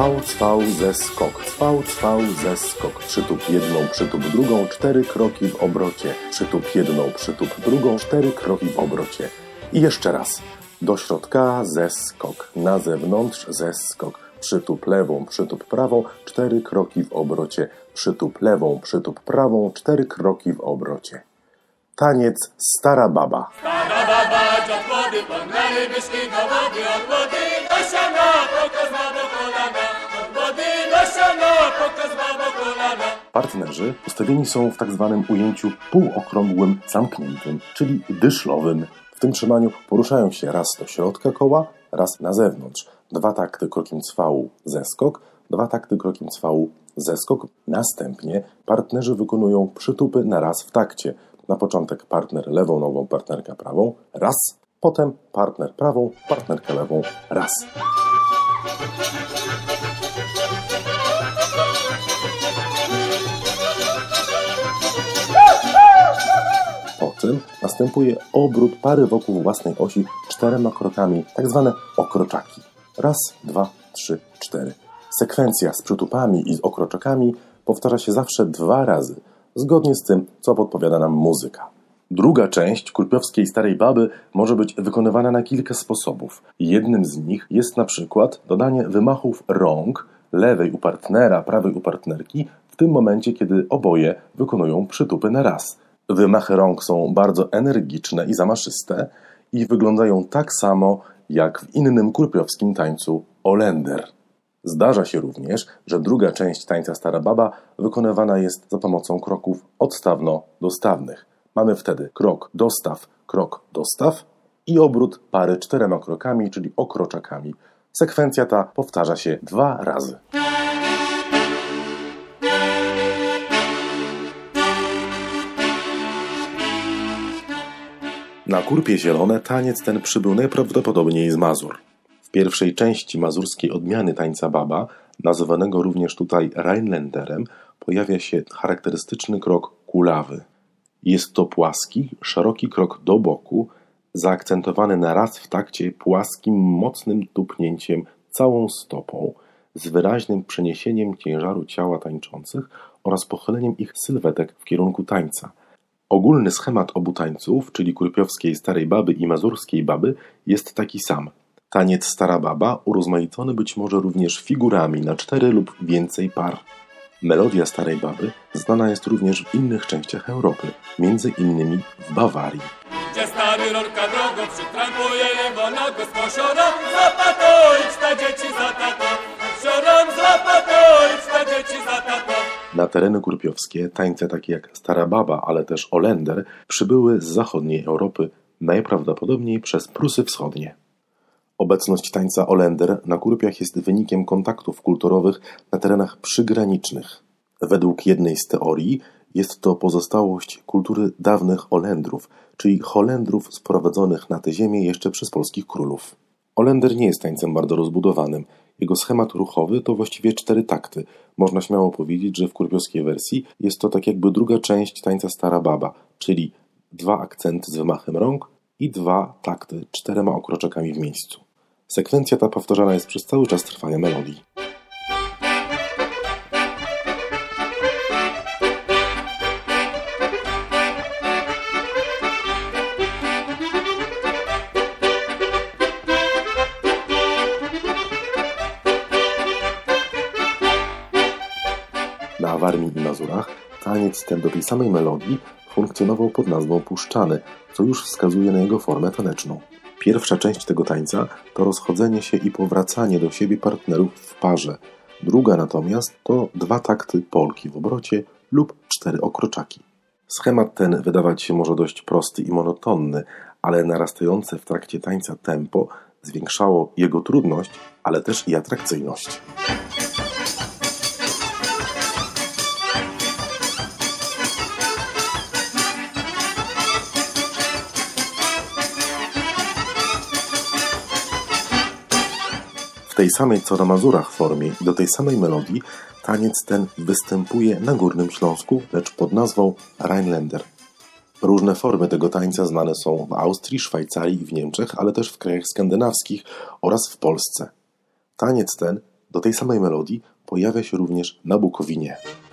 cwał, zeskok, cwał, zeskok. Przytup jedną, przytup drugą, 4 kroki w obrocie. Przytup jedną, przytup drugą, 4 kroki w obrocie. I jeszcze raz. Do środka, zeskok. Na zewnątrz, zeskok. Przytup lewą, przytup prawą, 4 kroki w obrocie. Przytup lewą, przytup prawą, 4 kroki w obrocie. Taniec Stara Baba. Stara baba, dziad młody, pognali myszki do wody, od wody do siana, pokaz ma do kolana, od wody do siana, pokaz ma do kolana. Partnerzy ustawieni są w tak zwanym ujęciu półokrągłym, zamkniętym, czyli dyszlowym. W tym trzymaniu poruszają się raz do środka koła, raz na zewnątrz. 2 takty krokiem cwału, zeskok, 2 takty krokiem cwału, zeskok. Następnie partnerzy wykonują przytupy na raz w takcie. Na początek partner lewą nogą, partnerka prawą, raz. Potem partner prawą, partnerka lewą, raz. Potem następuje obrót pary wokół własnej osi 4 krokami, tak zwane okroczaki. 1, 2, 3, 4. Sekwencja z przytupami i z okroczakami powtarza się zawsze 2 razy, zgodnie z tym, co podpowiada nam muzyka. Druga część kurpiowskiej Starej Baby może być wykonywana na kilka sposobów. Jednym z nich jest na przykład dodanie wymachów rąk, lewej u partnera, prawej u partnerki, w tym momencie, kiedy oboje wykonują przytupy na raz. Wymachy rąk są bardzo energiczne i zamaszyste i wyglądają tak samo jak w innym kurpiowskim tańcu Olender. Zdarza się również, że druga część tańca Stara Baba wykonywana jest za pomocą kroków odstawno-dostawnych. Mamy wtedy krok, dostaw i obrót pary 4 krokami, czyli okroczakami. Sekwencja ta powtarza się 2 razy. Na Kurpie Zielone taniec ten przybył najprawdopodobniej z Mazur. W pierwszej części mazurskiej odmiany tańca Baba, nazywanego również tutaj Rheinländerem, pojawia się charakterystyczny krok kulawy. Jest to płaski, szeroki krok do boku, zaakcentowany na raz w takcie płaskim, mocnym tupnięciem całą stopą, z wyraźnym przeniesieniem ciężaru ciała tańczących oraz pochyleniem ich sylwetek w kierunku tańca. Ogólny schemat obu tańców, czyli kurpiowskiej Starej Baby i mazurskiej Baby, jest taki sam. Taniec Stara Baba urozmaicony być może również figurami na 4 lub więcej par. Melodia Starej Baby znana jest również w innych częściach Europy, między innymi w Bawarii. Gdzie stary rorka drogą przytrampuje lewonogo z posiorą, zapatoić te dzieci za tato, posiorą zapatoić te dzieci za tato. Na tereny kurpiowskie tańce takie jak Stara Baba, ale też Olender przybyły z zachodniej Europy, najprawdopodobniej przez Prusy Wschodnie. Obecność tańca Olender na Kurpiach jest wynikiem kontaktów kulturowych na terenach przygranicznych. Według jednej z teorii jest to pozostałość kultury dawnych Olendrów, czyli Holendrów sprowadzonych na tę ziemię jeszcze przez polskich królów. Olender nie jest tańcem bardzo rozbudowanym. Jego schemat ruchowy to właściwie 4 takty. Można śmiało powiedzieć, że w kurpiowskiej wersji jest to tak jakby druga część tańca Stara Baba, czyli 2 akcenty z wymachem rąk i 2 takty 4 okroczakami w miejscu. Sekwencja ta powtarzana jest przez cały czas trwania melodii. Na Warmii i Mazurach taniec ten do tej samej melodii funkcjonował pod nazwą puszczany, co już wskazuje na jego formę taneczną. Pierwsza część tego tańca to rozchodzenie się i powracanie do siebie partnerów w parze. Druga natomiast to 2 takty polki w obrocie lub 4 okroczaki. Schemat ten wydawać się może dość prosty i monotonny, ale narastające w trakcie tańca tempo zwiększało jego trudność, ale też i atrakcyjność. W tej samej co na Mazurach formie i do tej samej melodii taniec ten występuje na Górnym Śląsku, lecz pod nazwą Rheinländer. Różne formy tego tańca znane są w Austrii, Szwajcarii i w Niemczech, ale też w krajach skandynawskich oraz w Polsce. Taniec ten Do tej samej melodii pojawia się również na Bukowinie.